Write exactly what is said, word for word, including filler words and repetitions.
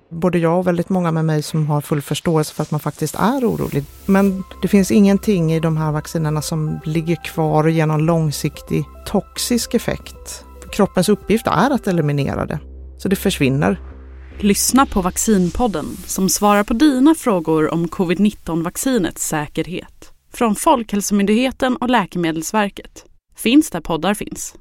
Både jag och väldigt många med mig som har full förståelse för att man faktiskt är orolig. Men det finns ingenting i de här vaccinerna som ligger kvar och ger någon långsiktig toxisk effekt. Kroppens uppgift är att eliminera det, så det försvinner. Lyssna på Vaccinpodden som svarar på dina frågor om covid nitton-vaccinets säkerhet. Från Folkhälsomyndigheten och Läkemedelsverket. Finns där poddar finns.